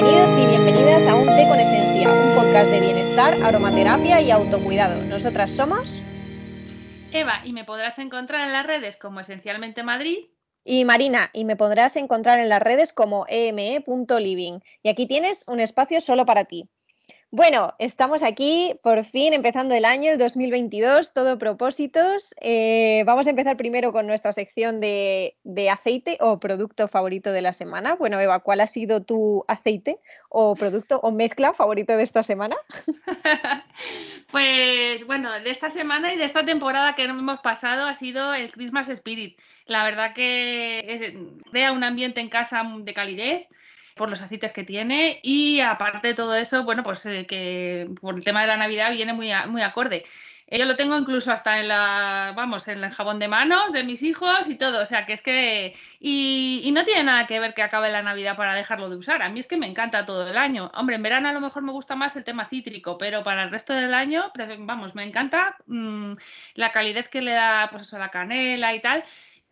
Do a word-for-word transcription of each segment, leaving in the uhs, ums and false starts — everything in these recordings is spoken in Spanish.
Bienvenidos y bienvenidas a Un Té con Esencia, un podcast de bienestar, aromaterapia y autocuidado. Nosotras somos Eva, y me podrás encontrar en las redes como Esencialmente Madrid. y Marina, y me podrás encontrar en las redes como e m e punto living. Y aquí tienes un espacio solo para ti. Bueno, estamos aquí por fin empezando el año, el dos mil veintidós, todo propósitos. Eh, vamos a empezar primero con nuestra sección de, de aceite o producto favorito de la semana. Bueno, Eva, ¿cuál ha sido tu aceite o producto o mezcla favorito de esta semana? Pues bueno, de esta semana y de esta temporada que hemos pasado ha sido el Christmas Spirit. La verdad que eh, crea un ambiente en casa de calidez por los aceites que tiene y aparte de todo eso, bueno, pues eh, que por el tema de la Navidad viene muy, a- muy acorde. Eh, Yo lo tengo incluso hasta en la, vamos, en el jabón de manos de mis hijos y todo, o sea que es que y, y no tiene nada que ver que acabe la Navidad para dejarlo de usar. A mí es que me encanta todo el año. Hombre, en verano a lo mejor me gusta más el tema cítrico, pero para el resto del año, vamos, me encanta mmm, la calidez que le da pues eso, la canela y tal.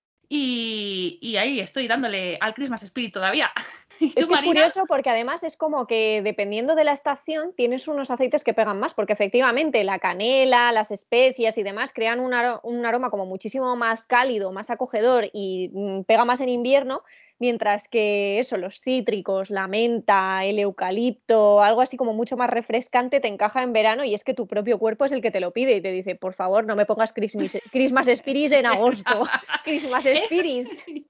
Y, y ahí estoy dándole al Christmas Spirit todavía. ¿Y Es tú, que es Marina? curioso porque además es como que dependiendo de la estación tienes unos aceites que pegan más, porque efectivamente la canela, las especias y demás crean un, aro un aroma como muchísimo más cálido, más acogedor y mm, pega más en invierno, mientras que eso, los cítricos, la menta, el eucalipto, algo así como mucho más refrescante te encaja en verano y es que tu propio cuerpo es el que te lo pide y te dice, por favor, no me pongas Christmas, Christmas Spirit en agosto, Christmas Spirit.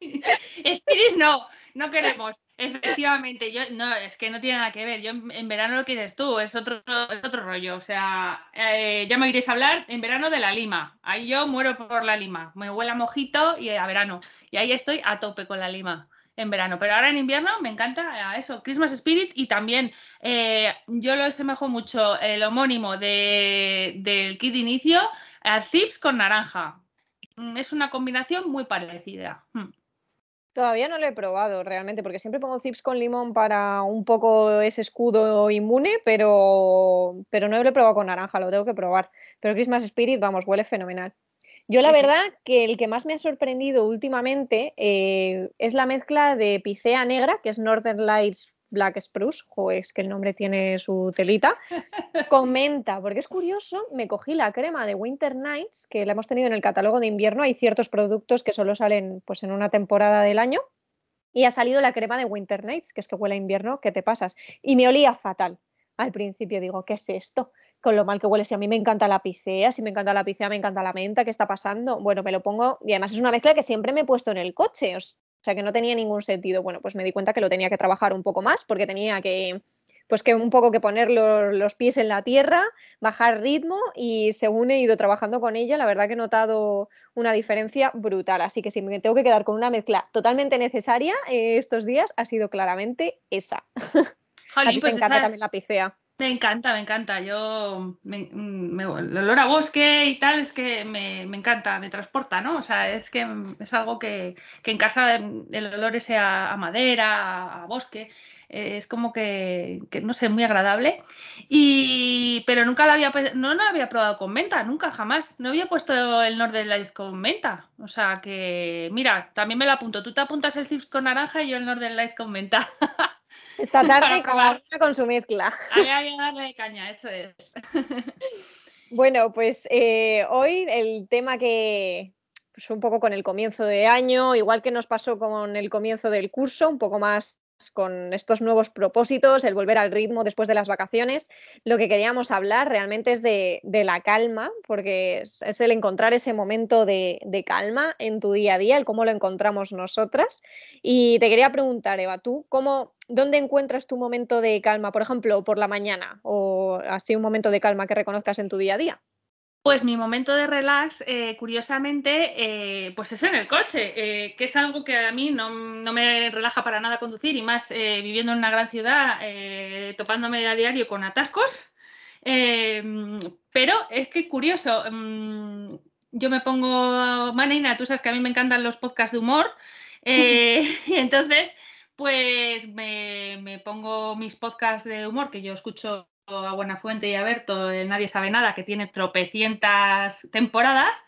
Spirit no, no queremos. Efectivamente, yo no, es que no tiene nada que ver. Yo en, en verano lo que dices tú es otro, es otro rollo. O sea, eh, ya me iréis a hablar en verano de la lima. Ahí yo muero por la lima. Me huele a mojito y a verano. Y ahí estoy a tope con la lima en verano. Pero ahora en invierno me encanta a eso, Christmas Spirit y también eh, yo lo asemejo mucho el homónimo de, del kit de inicio al Zips con naranja. Mm, Es una combinación muy parecida. Mm. Todavía no lo he probado realmente, porque siempre pongo chips con limón para un poco ese escudo inmune, pero, pero no lo he probado con naranja, lo tengo que probar. Pero Christmas Spirit, vamos, huele fenomenal. Yo la Sí, sí. verdad que el que más me ha sorprendido últimamente eh, es la mezcla de picea negra, que es Northern Lights Black Spruce, jo, es que el nombre tiene su telita, con menta, porque es curioso, me cogí la crema de Winter Nights, que la hemos tenido en el catálogo de invierno, hay ciertos productos que solo salen pues en una temporada del año, y ha salido la crema de Winter Nights, que es que huele a invierno, que te pasas. Y me olía fatal. Al principio digo, ¿qué es esto? Con lo mal que huele, si a mí me encanta la picea, si me encanta la picea, me encanta la menta, ¿qué está pasando? Bueno, me lo pongo, y además es una mezcla que siempre me he puesto en el coche, o sea que no tenía ningún sentido. Bueno, pues me di cuenta que lo tenía que trabajar un poco más, porque tenía que, pues que un poco que poner los, los pies en la tierra, bajar ritmo, y según he ido trabajando con ella, la verdad que he notado una diferencia brutal. Así que si me tengo que quedar con una mezcla totalmente necesaria eh, estos días, ha sido claramente esa. A Jolín, ti te pues encanta esa también la picea. me encanta, me encanta. Yo, me, me- el olor a bosque y tal es que me, me encanta, me transporta, ¿no? O sea, es que es algo que, que en casa el olor ese a, a madera, a, a bosque, eh, es como que, que, no sé, muy agradable. Y, pero nunca la había, pe- no lo había probado con menta, nunca, jamás. No había puesto el Northern Lights con menta. O sea que, mira, también me lo apunto. Tú te apuntas el Zips con naranja y yo el Northern Lights con menta. Esta Para tarde cada probar. una con su mezcla. Ahí hay que darle caña, eso es. Bueno, pues eh, hoy el tema que, pues un poco con el comienzo de año, igual que nos pasó con el comienzo del curso, un poco más con estos nuevos propósitos, el volver al ritmo después de las vacaciones, lo que queríamos hablar realmente es de, de la calma, porque es, es el encontrar ese momento de, de calma en tu día a día, el cómo lo encontramos nosotras. Y te quería preguntar, Eva, ¿tú cómo, dónde encuentras tu momento de calma? Por ejemplo, por la mañana o así un momento de calma que reconozcas en tu día a día. Pues mi momento de relax, eh, curiosamente, eh, pues es en el coche, eh, que es algo que a mí no, no me relaja para nada conducir y más eh, viviendo en una gran ciudad, eh, topándome a diario con atascos. Eh, pero es que curioso, mm, yo me pongo, Manina, tú sabes que a mí me encantan los podcasts de humor, eh, y entonces pues me, me pongo mis podcasts de humor que yo escucho a Buenafuente y a Berto, eh, Nadie sabe nada, que tiene tropecientas temporadas.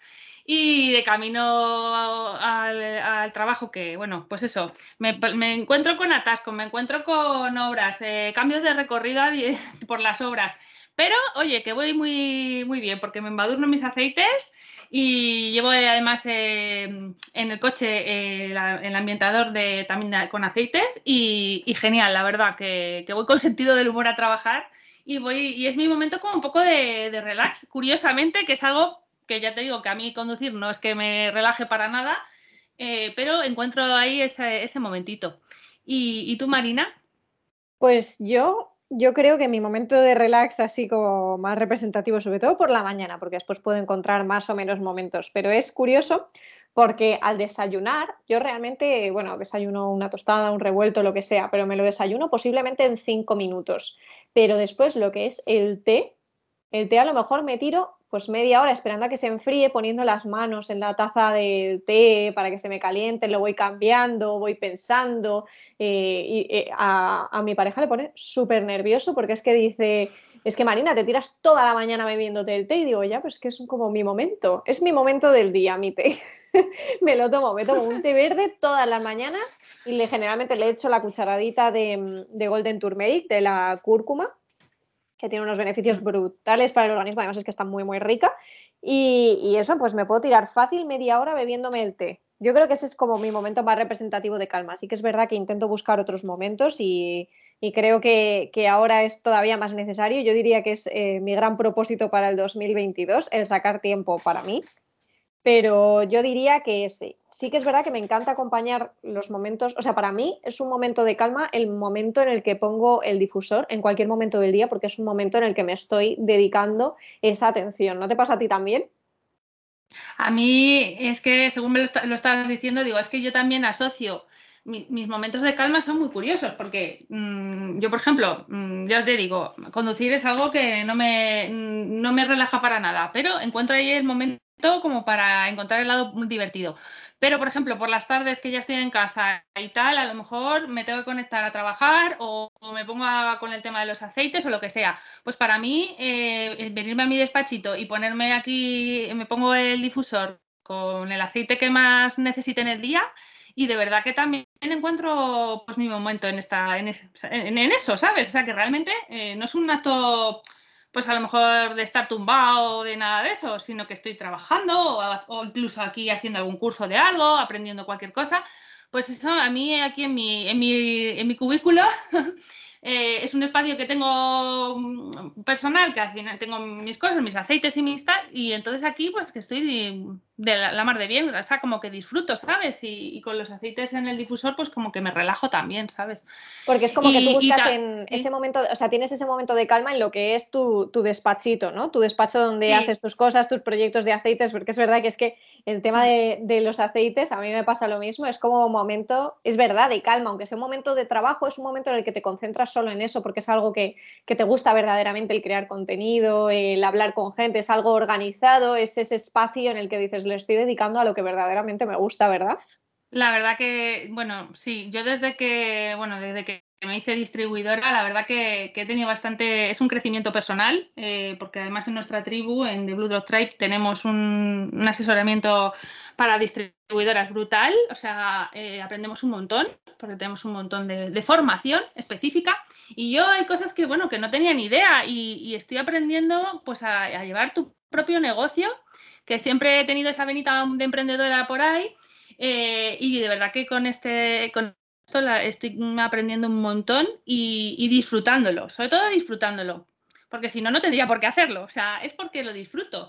Y de camino al, al trabajo, que bueno, pues eso, me, me encuentro con atascos, me encuentro con obras, eh, cambios de recorrido por las obras. Pero, oye, que voy muy, muy bien, porque me embadurno mis aceites y llevo eh, además eh, en el coche eh, la, el ambientador de, también de, con aceites y, y genial, la verdad, que, que voy con sentido del humor a trabajar y, voy, y es mi momento como un poco de, de relax, curiosamente, que es algo que ya te digo que a mí conducir no es que me relaje para nada, eh, pero encuentro ahí ese, ese momentito. ¿Y, ¿Y tú, Marina? Pues yo, yo creo que mi momento de relax, así como más representativo, sobre todo por la mañana, porque después puedo encontrar más o menos momentos, pero es curioso porque al desayunar, yo realmente, bueno, desayuno una tostada, un revuelto, lo que sea, pero me lo desayuno posiblemente en cinco minutos. Pero después lo que es el té, el té a lo mejor me tiro pues media hora esperando a que se enfríe, poniendo las manos en la taza del té para que se me caliente, lo voy cambiando, voy pensando. Eh, y eh, a, a, mi pareja le pone súper nervioso porque es que dice, es que Marina, te tiras toda la mañana bebiéndote el té y digo, ya, pues que es como mi momento, es mi momento del día, mi té. Me lo tomo, me tomo un té verde todas las mañanas y le, generalmente le echo la cucharadita de, de Golden Turmeric, de la cúrcuma, que tiene unos beneficios brutales para el organismo, además es que está muy, muy rica. Y, y eso, pues me puedo tirar fácil media hora bebiéndome el té. Yo creo que ese es como mi momento más representativo de calma. Así que es verdad que intento buscar otros momentos y, y creo que, que, ahora es todavía más necesario. Yo diría que es eh, mi gran propósito para el dos mil veintidós, el sacar tiempo para mí. Pero yo diría que sí. Sí que es verdad que me encanta acompañar los momentos, o sea, para mí es un momento de calma el momento en el que pongo el difusor en cualquier momento del día, porque es un momento en el que me estoy dedicando esa atención. ¿No te pasa a ti también? A mí es que, según me lo, lo estabas diciendo, digo, es que yo también asocio mi, mis momentos de calma son muy curiosos, porque mmm, yo, por ejemplo, mmm, ya te digo, conducir es algo que no me, no me relaja para nada, pero encuentro ahí el momento como para encontrar el lado muy divertido. Pero, por ejemplo, por las tardes que ya estoy en casa y tal, a lo mejor me tengo que conectar a trabajar o, o me pongo a, con el tema de los aceites o lo que sea. Pues para mí, eh, venirme a mi despachito y ponerme aquí, me pongo el difusor con el aceite que más necesite en el día y de verdad que también encuentro pues mi momento en, esta, en, es, en, en eso, ¿sabes? O sea que realmente eh, no es un acto pues a lo mejor de estar tumbado o de nada de eso, sino que estoy trabajando o, o incluso aquí haciendo algún curso de algo, aprendiendo cualquier cosa. Pues eso a mí aquí en mi, en mi, en mi cubículo eh, es un espacio que tengo personal, que al final tengo mis cosas, mis aceites y mis tal, y entonces aquí pues que estoy de, de la, la mar de bien, o sea, como que disfruto, ¿sabes? Y, y con los aceites en el difusor pues como que me relajo también, ¿sabes? Porque es como que tú Y, y buscas ta, en ese sí, momento, o sea, tienes ese momento de calma en lo que es tu, tu despachito, ¿no? Tu despacho donde sí. haces tus cosas, tus proyectos de aceites, porque es verdad que es que el tema de, de los aceites, a mí me pasa lo mismo, es como un momento, es verdad, de calma, aunque sea un momento de trabajo, es un momento en el que te concentras solo en eso, porque es algo que, que te gusta verdaderamente, el crear contenido, el hablar con gente, es algo organizado, es ese espacio en el que dices, le estoy dedicando a lo que verdaderamente me gusta, ¿verdad? La verdad que, bueno, sí, yo desde que, bueno, desde que me hice distribuidora, la verdad que, que he tenido bastante, es un crecimiento personal, eh, porque además en nuestra tribu, en The Blue Drop Tribe, tenemos un, un asesoramiento para distribuidoras brutal, o sea, eh, aprendemos un montón, porque tenemos un montón de, de formación específica, y yo hay cosas que, bueno, que no tenía ni idea, y, y estoy aprendiendo, pues, a, a llevar tu propio negocio, que siempre he tenido esa venita de emprendedora por ahí. Eh, y de verdad que con este con esto la, estoy aprendiendo un montón y, y disfrutándolo, sobre todo disfrutándolo, porque si no, no tendría por qué hacerlo, o sea, es porque lo disfruto.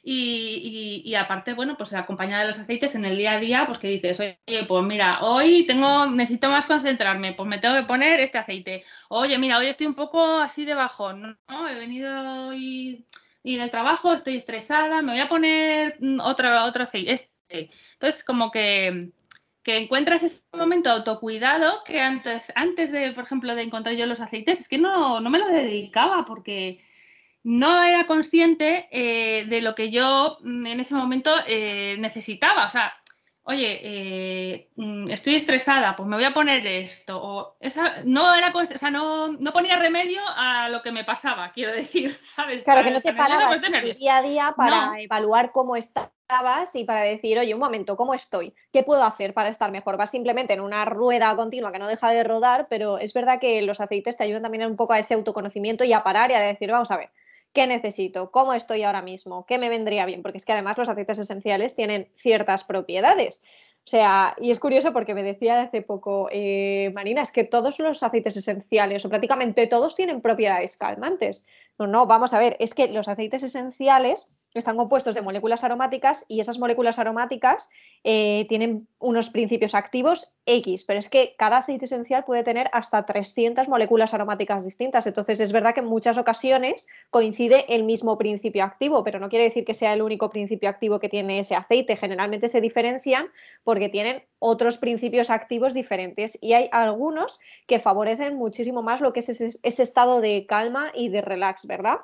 Y, y, y aparte, bueno, pues acompañada de los aceites en el día a día, pues que dices, oye, pues mira, hoy tengo, necesito más concentrarme, pues me tengo que poner este aceite. Oye, mira, hoy estoy un poco así de bajón, ¿no? ¿No? He venido y, y del trabajo, estoy estresada, me voy a poner otro, otro aceite, este. Entonces, como que, que encuentras ese momento de autocuidado que antes, antes de, por ejemplo, de encontrar yo los aceites, es que no, no me lo dedicaba porque no era consciente eh, de lo que yo en ese momento eh, necesitaba. O sea, oye, eh, estoy estresada, pues me voy a poner esto. O esa, no, era, o sea, no, no ponía remedio a lo que me pasaba, quiero decir, ¿sabes? Claro, Estaba, que no te estaba nerviosa, pues parabas estoy en tu nerviosa. día a día para No, evaluar cómo estabas y para decir, oye, un momento, ¿cómo estoy? ¿Qué puedo hacer para estar mejor? Vas simplemente en una rueda continua que no deja de rodar, pero es verdad que los aceites te ayudan también un poco a ese autoconocimiento y a parar y a decir, vamos a ver, ¿qué necesito? ¿Cómo estoy ahora mismo? ¿Qué me vendría bien? Porque es que además los aceites esenciales tienen ciertas propiedades. O sea, y es curioso porque me decía hace poco, eh, Marina, es que todos los aceites esenciales, o prácticamente todos, tienen propiedades calmantes. No, no, vamos a ver, es que los aceites esenciales están compuestos de moléculas aromáticas y esas moléculas aromáticas eh, tienen unos principios activos X, pero es que cada aceite esencial puede tener hasta trescientas moléculas aromáticas distintas. Entonces es verdad que en muchas ocasiones coincide el mismo principio activo, pero no quiere decir que sea el único principio activo que tiene ese aceite. Generalmente se diferencian porque tienen otros principios activos diferentes y hay algunos que favorecen muchísimo más lo que es ese, ese estado de calma y de relax, ¿verdad?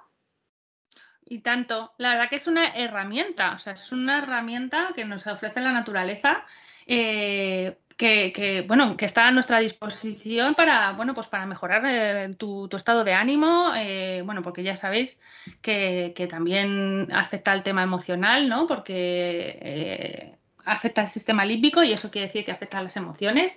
y tanto. La verdad que es una herramienta, o sea, es una herramienta que nos ofrece la naturaleza, eh, que, que, bueno, que está a nuestra disposición para, bueno, pues para mejorar eh, tu, tu, estado de ánimo, eh, bueno, porque ya sabéis que, que, también afecta al tema emocional, ¿no? Porque eh, afecta al sistema límbico y eso quiere decir que afecta a las emociones.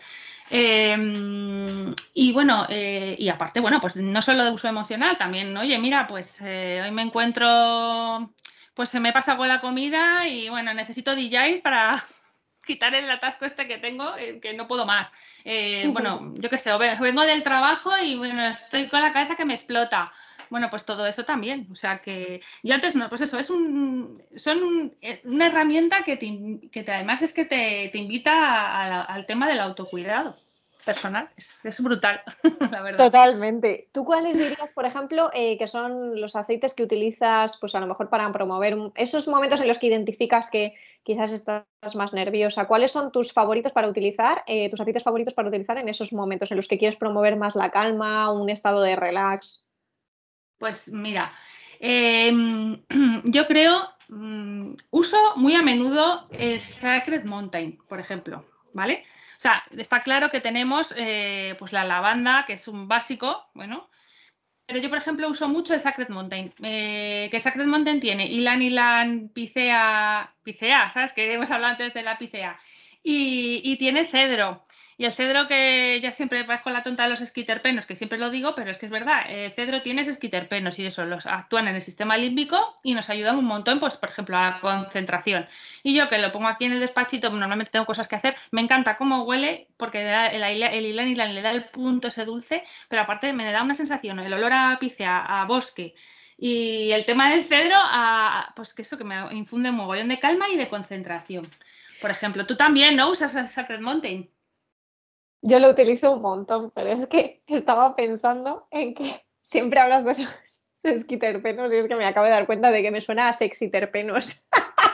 Eh, y bueno, eh, y aparte, bueno, pues no solo de uso emocional, también, oye, mira, pues eh, hoy me encuentro, pues se me pasa con la comida y bueno, necesito D Js para quitar el atasco este que tengo, eh, que no puedo más. Eh, bueno, yo qué sé, vengo del trabajo y bueno, estoy con la cabeza que me explota. Bueno, pues todo eso también. O sea que. Y antes no, pues eso, es un. Son un, una herramienta que, te, que te, además es que te, te invita a, a, al tema del autocuidado personal. Es, es brutal, la verdad. Totalmente. ¿Tú cuáles dirías, por ejemplo, eh, que son los aceites que utilizas, pues a lo mejor para promover esos momentos en los que identificas que quizás estás más nerviosa? ¿Cuáles son tus favoritos para utilizar, eh, tus aceites favoritos para utilizar en esos momentos en los que quieres promover más la calma, un estado de relax? Pues mira, eh, yo creo, um, uso muy a menudo el Sacred Mountain, por ejemplo, ¿vale? O sea, está claro que tenemos eh, pues la lavanda, que es un básico, bueno, pero yo, por ejemplo, uso mucho el Sacred Mountain, eh, que el Sacred Mountain tiene Ylang Ylang Picea, Picea, ¿sabes? Que hemos hablado antes de la Picea, y, y tiene cedro. Y el cedro, que ya siempre vas con la tonta de los esquiterpenos, que siempre lo digo, pero es que es verdad, el cedro tiene esquiterpenos y eso, los actúan en el sistema límbico y nos ayudan un montón, pues, por ejemplo, a la concentración. Y yo, que lo pongo aquí en el despachito, normalmente tengo cosas que hacer, me encanta cómo huele, porque el, el, el Ylang Ylang le da el punto ese dulce, pero aparte me da una sensación, el olor a picea, a bosque, y el tema del cedro, a, pues que eso, que me infunde un mogollón de calma y de concentración. Por ejemplo, tú también, ¿no? Usas el Sacred Mountain. Yo lo utilizo un montón, pero es que estaba pensando en que siempre hablas de los esquiterpenos y es que me acabo de dar cuenta de que me suena a sexiterpenos.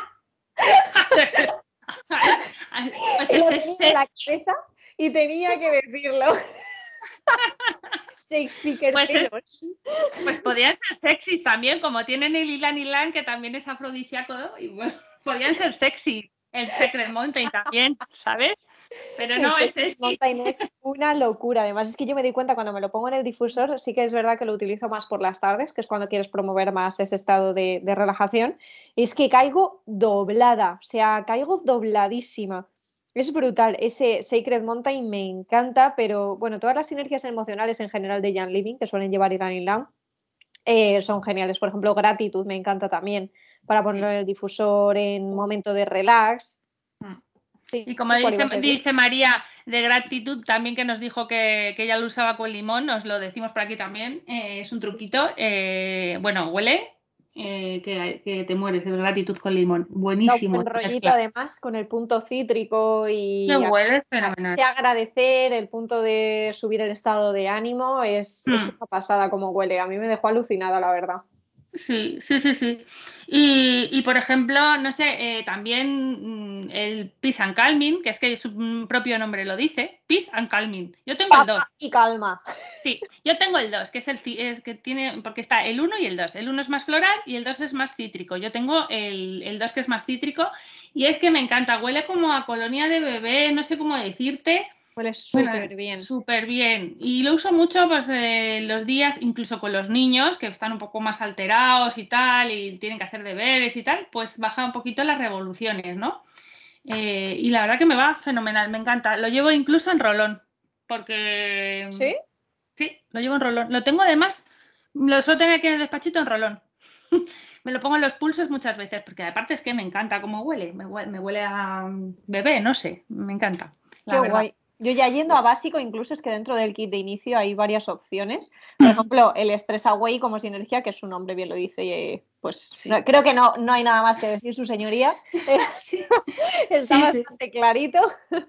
Pues Lo ese tenía en la sexy. cabeza y tenía que decirlo. Pues, es, Sexiterpenos. pues podrían ser sexys también, como tienen el Ylang Ylang, que también es afrodisíaco, y bueno, podrían ser sexy. El Sacred Mountain también, ¿sabes? Pero El no, es Secret sexy. Mountain es una locura. Además, es que yo me di cuenta cuando me lo pongo en el difusor, sí que es verdad que lo utilizo más por las tardes, que es cuando quieres promover más ese estado de, de relajación. Y es que caigo doblada, o sea, caigo dobladísima. Es brutal. Ese Sacred Mountain me encanta, pero bueno, todas las sinergias emocionales en general de Jan Living, que suelen llevar Ylang Ylang, eh, son geniales. Por ejemplo, Gratitud me encanta también para ponerlo Sí. en el difusor en momento de relax. Sí, Y como ¿cuál dice, ibas a decir? dice María de Gratitud, también que nos dijo que, que ella lo usaba con limón, os lo decimos por aquí también, eh, es un truquito. Eh, bueno, huele eh, que, que te mueres, el Gratitud con limón. Da un Buenísimo, buen rollito mezcla. además con el punto cítrico Se y huele fenomenal. ese agradecer, el punto de subir el estado de ánimo, es, es Hmm. una pasada como huele. A mí me dejó alucinada, la verdad. Sí, sí, sí, sí. Y, y, por ejemplo, no sé, eh, también mm, el Peace and Calming, que es que su mm, propio nombre lo dice, Peace and Calming. Yo tengo el dos. Papa y calma. Sí, yo tengo el dos, que es el, el que tiene, porque está el uno y el dos. El uno es más floral y el dos es más cítrico. Yo tengo el, el dos que es más cítrico y es que me encanta, huele como a colonia de bebé, no sé cómo decirte. Huele Bueno, súper bien. súper bien. Y lo uso mucho pues, eh, los días, incluso con los niños, que están un poco más alterados y tal, y tienen que hacer deberes y tal, pues baja un poquito las revoluciones, ¿no? Eh, y la verdad que me va fenomenal, me encanta. Lo llevo incluso en rolón, porque ¿Sí? sí, lo llevo en rolón. Lo tengo además, lo suelo tener aquí en el despachito en rolón. Me lo pongo en los pulsos muchas veces, porque aparte es que me encanta cómo huele, me huele, me huele a mm, bebé, no sé, me encanta, Qué la verdad. guay. Yo ya yendo a básico, incluso es que dentro del kit de inicio hay varias opciones. Por ejemplo, el Stress Away como sinergia, que su nombre bien lo dice, y, pues Sí. no, creo que no, no hay nada más que decir, su señoría. Sí, Está sí, sí. bastante clarito.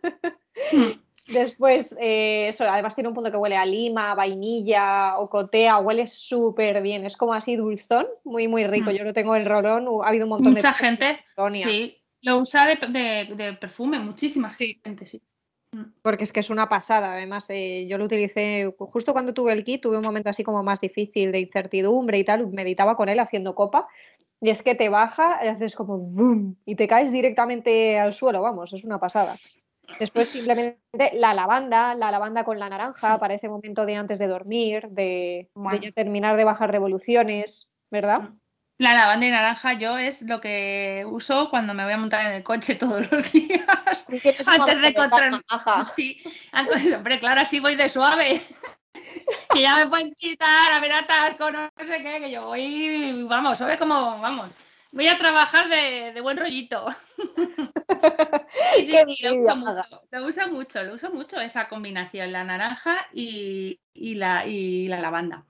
Mm. Después, eh, eso, además tiene un punto que huele a lima, vainilla, ocotea, huele súper bien. Es como así dulzón, muy, muy rico. Mm. Yo lo tengo en rolón, ha habido un montón de Mucha veces gente, en Colonia. sí, lo usa de, de- de perfume, muchísima Sí. gente, sí. Mm. Porque es que es una pasada. Además, eh, yo lo utilicé justo cuando tuve el kit, tuve un momento así como más difícil de incertidumbre y tal. Meditaba con él haciendo copa. Y es que te baja, y haces como boom y te caes directamente al suelo, vamos, es una pasada. Después simplemente la lavanda, la lavanda con la naranja Sí, para ese momento de antes de dormir, de, de ya bueno. terminar de bajar revoluciones, ¿verdad? Mm. La lavanda y naranja yo es lo que uso cuando me voy a montar en el coche todos los días. Sí, tienes un Antes de momento de calma, encontrar. maja. Sí, antes- hombre, claro, así voy de suave. Que ya me pueden quitar a ver atasco, no sé qué, que yo voy, vamos, ¿sabes cómo? Vamos, voy a trabajar de, de buen rollito. Sí, Qué sí, sí, lo envidia, uso maja. mucho, lo uso mucho, lo uso mucho esa combinación, la naranja y, y la, y la lavanda.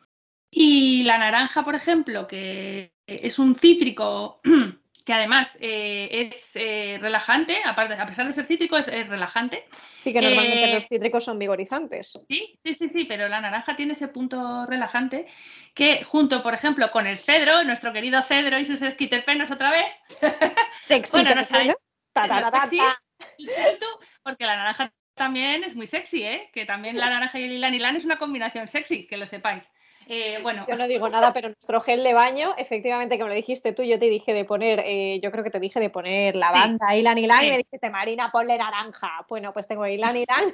Y la naranja, por ejemplo, que es un cítrico que además eh, es eh, relajante, aparte, a pesar de ser cítrico, es, es relajante. Sí que normalmente los Eh, cítricos son vigorizantes. sí, sí, sí, sí, pero la naranja tiene ese punto relajante que junto, por ejemplo, con el cedro, nuestro querido cedro y sus esquiterpenos otra vez, Sexy bueno, nos terpeno. salen Ta, ta, los ta, ta, ta. sexys, tu, tu, tu, tu, porque la naranja también es muy sexy, ¿eh? Que también la naranja y el ylang ylang es una combinación sexy, que lo sepáis. Eh, bueno, Yo no digo nada, pero nuestro gel de baño, efectivamente, que me lo dijiste tú, yo te dije de poner, eh, yo creo que te dije de poner sí, lavanda, ylang ylang, y me sí. dijiste, Marina, ponle naranja. Bueno, pues tengo ylang ylang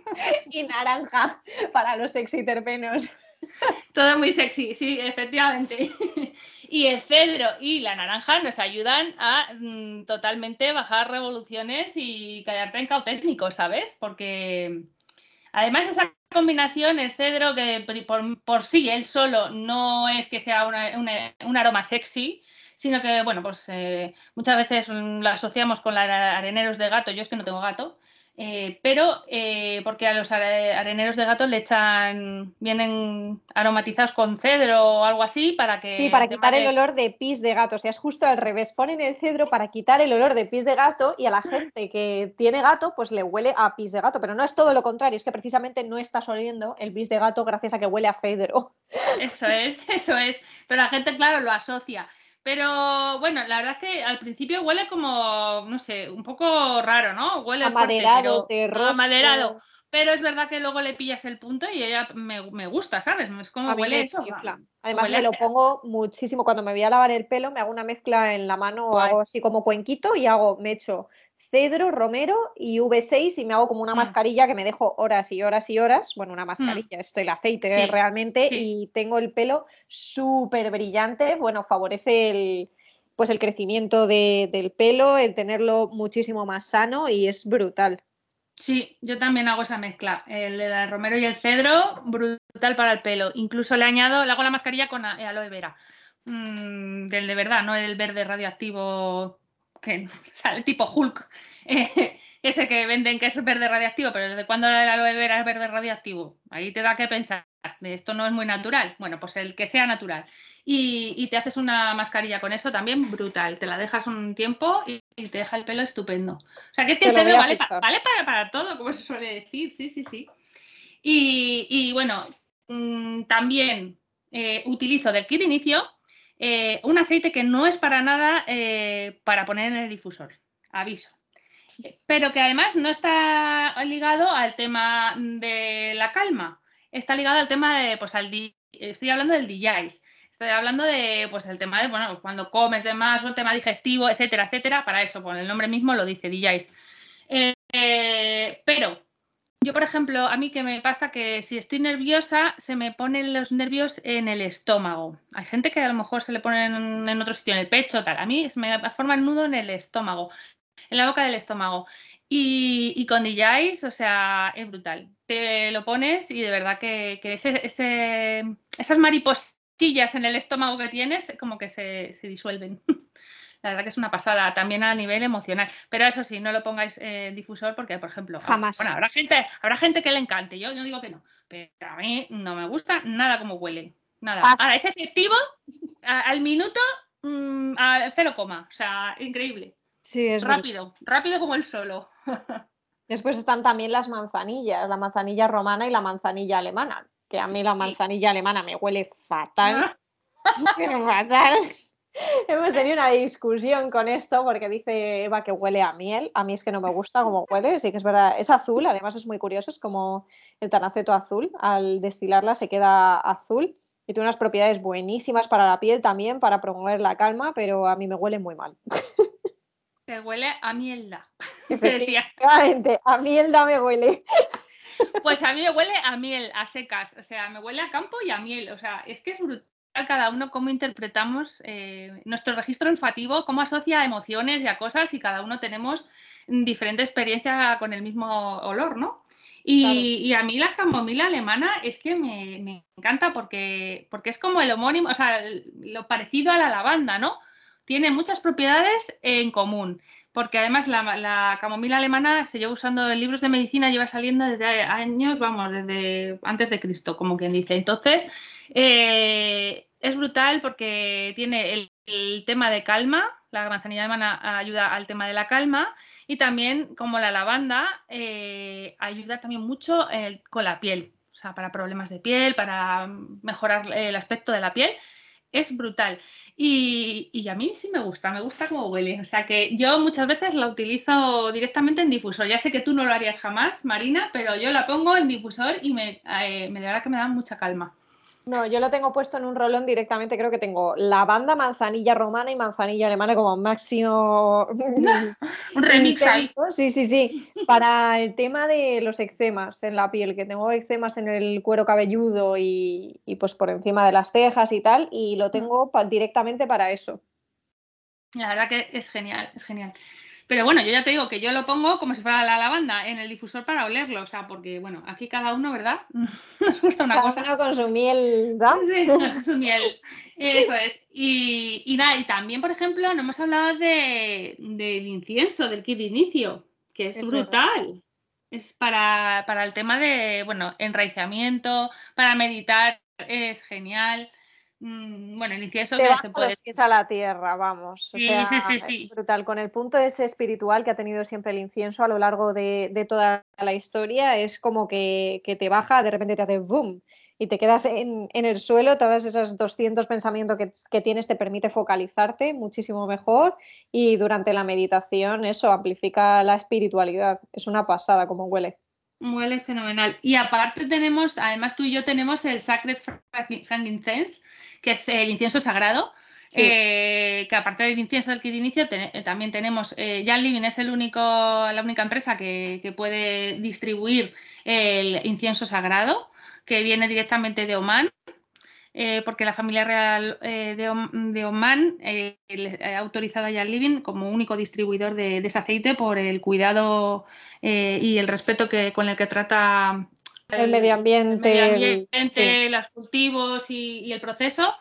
y naranja para los sexy terpenos. Todo muy sexy, sí, efectivamente. Y el cedro y la naranja nos ayudan a mm, totalmente bajar revoluciones y quedarte en cautécnico, ¿sabes? Porque además esa combinación, el cedro, que por, por sí, él solo, no es que sea una, una, un aroma sexy, sino que, bueno, pues eh, muchas veces lo asociamos con los areneros de gato, yo es que no tengo gato, eh, pero eh, porque a los areneros de gato le echan, vienen aromatizados con cedro o algo así para Sí, que para el tema quitar el de... olor de pis de gato, o sea, es justo al revés, ponen el cedro para quitar el olor de pis de gato y a la gente que tiene gato, pues le huele a pis de gato, pero no es todo lo contrario, es que precisamente no estás oliendo el pis de gato gracias a que huele a cedro. Eso es, eso es. Pero la gente, claro, lo asocia. Pero bueno, la verdad es que al principio huele como, no sé, un poco raro, ¿no? Huele fuerte, Amaderado, pero amaderado. terroso. Pero es verdad que luego le pillas el punto y ella me, me gusta, ¿sabes? Es como A mí huele me eso. chifla. Además Huele me a lo cera. pongo muchísimo. Cuando me voy a lavar el pelo, me hago una mezcla en la mano, Guay. hago así como cuenquito y hago, me echo cedro, romero y V seis y me hago como una Mm, mascarilla que me dejo horas y horas y horas. Bueno, una mm, mascarilla, esto el aceite sí, realmente sí. y tengo el pelo súper brillante. Bueno, favorece el, pues el crecimiento de- del pelo, el tenerlo muchísimo más sano y es brutal. Sí, yo también hago esa mezcla. El, el romero y el cedro, brutal para el pelo. Incluso le añado, le hago la mascarilla con a- aloe vera. Mm, del de verdad, no el verde radioactivo que sale tipo Hulk. Eh, ese que venden que es verde radioactivo, pero ¿desde cuándo el aloe vera es verde radioactivo? Ahí te da que pensar. Esto no es muy natural. Bueno, pues el que sea natural. Y, y te haces una mascarilla con eso también brutal. Te la dejas un tiempo y, y te deja el pelo estupendo. O sea, que es que Te el lo voy cedro a vale, pa- fichar. vale para, para todo, como se suele decir, sí, sí, sí. Y, y bueno, mmm, también eh, utilizo del kit inicio Eh, un aceite que no es para nada eh, para poner en el difusor, aviso. Pero que además no está ligado al tema de la calma, está ligado al tema de, pues al di estoy hablando del D J S, estoy hablando de, pues el tema de, bueno, cuando comes de más, un tema digestivo, etcétera, etcétera, para eso, pues el nombre mismo lo dice, D J S. Eh, eh, pero yo, por ejemplo, a mí que me pasa que si estoy nerviosa, se me ponen los nervios en el estómago. Hay gente que a lo mejor se le ponen en otro sitio, en el pecho, tal. A mí se me forma el nudo en el estómago, en la boca del estómago. Y, y con D J S, o sea, es brutal. Te lo pones y de verdad que, que ese, ese, esas mariposillas en el estómago que tienes como que se, se disuelven. La verdad que es una pasada, también a nivel emocional. Pero eso sí, no lo pongáis en difusor porque, por ejemplo, Jamás. bueno, habrá gente, habrá gente que le encante, yo no digo que no, pero a mí no me gusta nada como huele. Nada. Paz. Ahora, es efectivo, a, al minuto, mmm, a cero coma, o sea, increíble. Sí, es rápido, brutal. rápido como el solo. Después están también las manzanillas, la manzanilla romana y la manzanilla alemana, que a mí la manzanilla alemana me huele fatal, pero fatal. Hemos tenido una discusión con esto porque dice Eva que huele a miel. A mí es que no me gusta cómo huele, sí que es verdad. Es azul, además es muy curioso, es como el tanaceto azul. Al destilarla se queda azul y tiene unas propiedades buenísimas para la piel también, para promover la calma, pero a mí me huele muy mal. Te huele a mierda. Te decía. Efectivamente, a mielda me huele. Pues a mí me huele a miel, a secas, o sea, me huele a campo y a miel, o sea, es que es brutal cada uno cómo interpretamos eh, nuestro registro olfativo, cómo asocia emociones y a cosas y cada uno tenemos diferente experiencia con el mismo olor, ¿no? Y, Claro. y a mí la camomila alemana es que me, me encanta porque, porque es como el homónimo, o sea, lo parecido a la lavanda, ¿no? Tiene muchas propiedades en común porque además la, la camomila alemana se lleva usando en libros de medicina, lleva saliendo desde años, vamos, desde antes de Cristo, como quien dice. Entonces, eh, es brutal porque tiene el, el tema de calma, la manzanilla alemana ayuda al tema de la calma y también, como la lavanda, eh, ayuda también mucho eh, con la piel, o sea, para problemas de piel, para mejorar el aspecto de la piel. Es brutal. Y, y, a mí sí me gusta, me gusta cómo huele. O sea que yo muchas veces la utilizo directamente en difusor. Ya sé que tú no lo harías jamás, Marina, pero yo la pongo en difusor y me, eh, me da que me da mucha calma. No, yo lo tengo puesto en un rolón directamente, creo que tengo lavanda, manzanilla romana y manzanilla alemana como máximo Un remix ahí. intenso. Sí, sí, sí. Para el tema de los eczemas en la piel, que tengo eczemas en el cuero cabelludo y, y pues por encima de las cejas y tal, y lo tengo pa- directamente para eso. La verdad que es genial, es genial. Pero bueno, yo ya te digo que yo lo pongo como si fuera la lavanda en el difusor para olerlo, o sea, porque bueno, aquí cada uno, ¿verdad? Nos gusta una Cada cosa. uno con su miel, ¿da? Sí, su miel. Eso es. Y, y nada, y también, por ejemplo, no hemos hablado de, del incienso, del kit de inicio, que es Es verdad. brutal. Es para, para el tema de, bueno, enraizamiento, para meditar, es genial. Mm, bueno, el incienso Te que baja se los puede. pies a la tierra, vamos. O Sí, sea, sí, sí, es sí. brutal. Con el punto ese espiritual que ha tenido siempre el incienso a lo largo de, de toda la historia, es como que, que te baja, de repente te hace boom y te quedas en, en el suelo. Todos esos doscientos pensamientos que, que tienes te permite focalizarte muchísimo mejor y durante la meditación eso amplifica la espiritualidad. Es una pasada como huele. Huele fenomenal. Y aparte tenemos, además tú y yo tenemos el Sacred Frankincense, que es el incienso sagrado, Sí. eh, que aparte del incienso del kit de inicio, ten, eh, también tenemos, eh, Jan Living es el único, la única empresa que, que puede distribuir el incienso sagrado, que viene directamente de Oman. Eh, porque la familia real eh, de, Om de, Oman eh, ha autorizado a Jan Living como único distribuidor de, de ese aceite por el cuidado eh, y el respeto que, con el que trata El medio el, el medio ambiente, el- sí. ambiente, los cultivos y, y el proceso.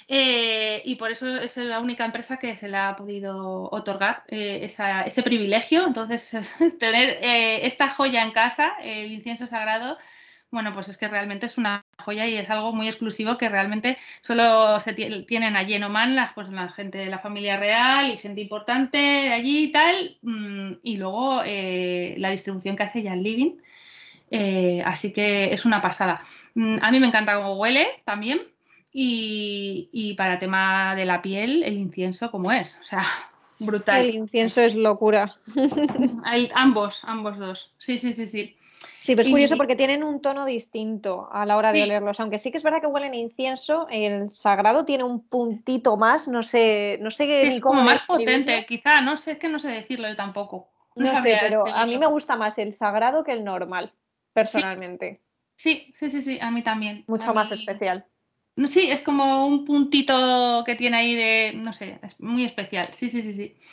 Eh, y por eso es la única empresa que se le ha podido otorgar eh, esa, ese privilegio. Entonces, tener eh, esta joya en casa, el incienso sagrado, bueno, pues es que realmente es una joya y es algo muy exclusivo que realmente solo se tienen allí en Oman las, pues, la gente de la familia real y gente importante de allí y tal. Y luego eh, la distribución que hace Jan Living. Eh, así que es una pasada. A mí me encanta cómo huele también. Y, y para tema de la piel, el incienso, ¿cómo es? O sea, brutal. El incienso es locura. El, ambos, ambos dos. Sí, sí, sí, sí. Sí, pero es curioso Y, porque tienen un tono distinto a la hora de sí, olerlos. Aunque sí que es verdad que huelen a incienso, el sagrado tiene un puntito más, no sé, no sé sí, ni es como cómo más describirlo. potente, quizá, no sé, es que no sé decirlo yo tampoco. No No sé, sabría pero a mí me describirlo. gusta más el sagrado que el normal, Sí, personalmente. sí, sí, sí, sí, a mí también. A Mucho más mí, especial. no, sí, es como un puntito que tiene ahí de, no sé, es muy especial. Sí, sí, sí, sí.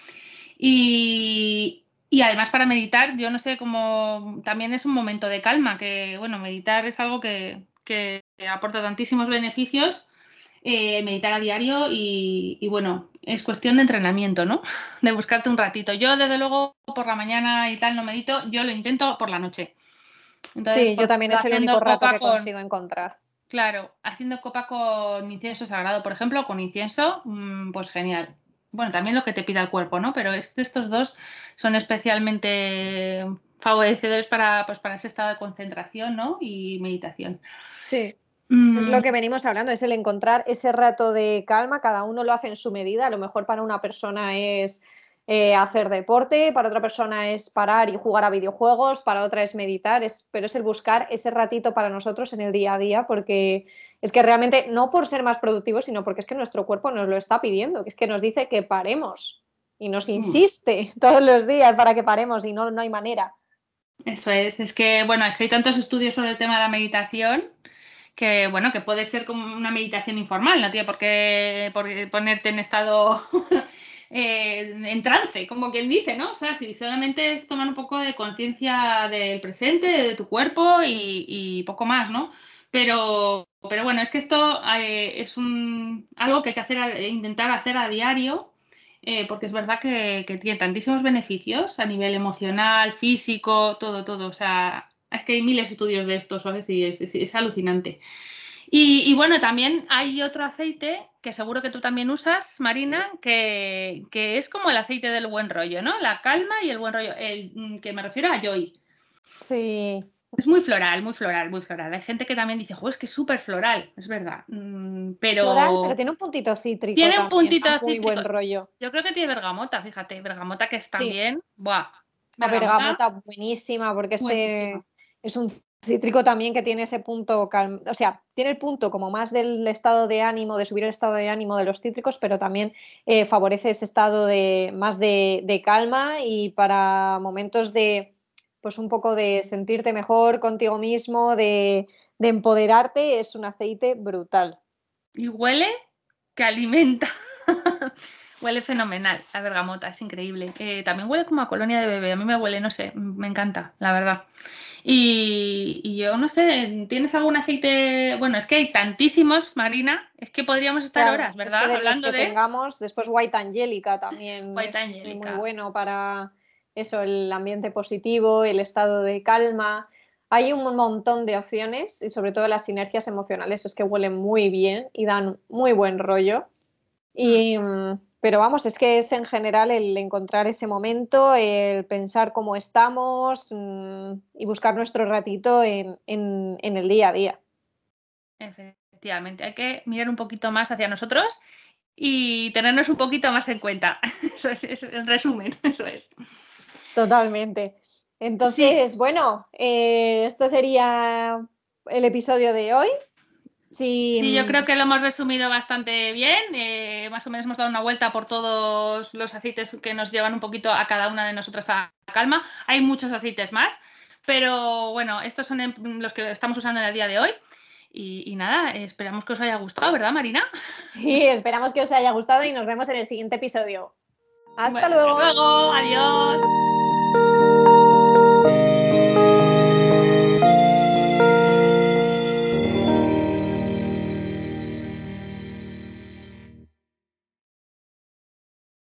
Y, y además para meditar, yo no sé cómo, también es un momento de calma, que bueno, meditar es algo que, que aporta tantísimos beneficios, eh, meditar a diario y, y bueno, es cuestión de entrenamiento, ¿no? De buscarte un ratito. Yo desde luego por la mañana y tal no medito, yo lo intento por la noche. Entonces, Sí, yo por también ejemplo, es el único haciendo rato copa que con, consigo encontrar. claro, haciendo copa con incienso sagrado, por ejemplo, con incienso, mmm, pues genial. Bueno, también lo que te pida el cuerpo, ¿no? Pero es- estos dos son especialmente favorecedores para, pues, para ese estado de concentración, ¿no? Y meditación. Sí. Es Mm, lo que venimos hablando, es el encontrar ese rato de calma, cada uno lo hace en su medida, a lo mejor para una persona es eh, hacer deporte, para otra persona es parar y jugar a videojuegos, para otra es meditar, es, pero es el buscar ese ratito para nosotros en el día a día, porque es que realmente, no por ser más productivos, sino porque es que nuestro cuerpo nos lo está pidiendo, que es que nos dice que paremos y nos mm, insiste todos los días para que paremos y no, no hay manera. eso es, es que, bueno, es que hay tantos estudios sobre el tema de la meditación que, bueno, que puede ser como una meditación informal, no tiene por qué, por qué ponerte en estado eh, en trance, como quien dice, ¿no? O sea, si solamente es tomar un poco de conciencia del presente, de tu cuerpo y, y poco más, ¿no? Pero, pero bueno, es que esto eh, es un, algo que hay que hacer, a- intentar hacer a diario, eh, porque es verdad que, que tiene tantísimos beneficios a nivel emocional, físico, todo, todo. O sea, es que hay miles de estudios de esto, ¿sabes? Y es, es- es alucinante. Y, y bueno, también hay otro aceite que seguro que tú también usas, Marina, que, que es como el aceite del buen rollo, ¿no? La calma y el buen rollo, el, mm, que me refiero a Joy. Sí, Es muy floral, muy floral, muy floral. Hay gente que también dice, jo, es que es súper floral, es verdad. Mm, floral, pero pero tiene un puntito cítrico tiene un también, puntito a muy cítrico. buen rollo. Yo creo que tiene bergamota, fíjate, bergamota que es Sí, también, ¡buah! la Bergamota, bergamota buenísima porque buenísima. ese es un cítrico también que tiene ese punto, calm- o sea, tiene el punto como más del estado de ánimo, de subir el estado de ánimo de los cítricos, pero también eh, favorece ese estado de más de, de calma y para momentos de, pues un poco de sentirte mejor contigo mismo, de, de empoderarte, es un aceite brutal. Y huele que alimenta. Huele fenomenal la bergamota, es increíble. Eh, también huele como a colonia de bebé. A mí me huele, no sé, me encanta, la verdad. Y, y yo no sé, ¿tienes algún aceite? Bueno, es que hay tantísimos, Marina, es que podríamos estar horas, Claro, es que ¿verdad? de los Hablando que de esto. tengamos, después White Angelica también White es muy, muy Angelica. bueno para eso, el ambiente positivo, el estado de calma. Hay un montón de opciones y sobre todo las sinergias emocionales es que huelen muy bien y dan muy buen rollo. Mm. Y, mm, pero vamos, es que es en general el encontrar ese momento, el pensar cómo estamos, mm, y buscar nuestro ratito en, en en el día a día. Efectivamente, hay que mirar un poquito más hacia nosotros y tenernos un poquito más en cuenta. Eso es, es el resumen, eso es. Totalmente. Sí, Entonces, bueno, eh, esto sería el episodio de hoy. Sí, sí, yo mm, creo que lo hemos resumido bastante bien. Eh, más o menos hemos dado una vuelta por todos los aceites que nos llevan un poquito a cada una de nosotras a calma. Hay muchos aceites más, pero bueno, estos son em- los que estamos usando en el día de hoy. Y, y nada, esperamos que os haya gustado, ¿verdad, Marina? sí, esperamos que os haya gustado y nos vemos en el siguiente episodio. Hasta Bueno, hasta luego. luego, adiós.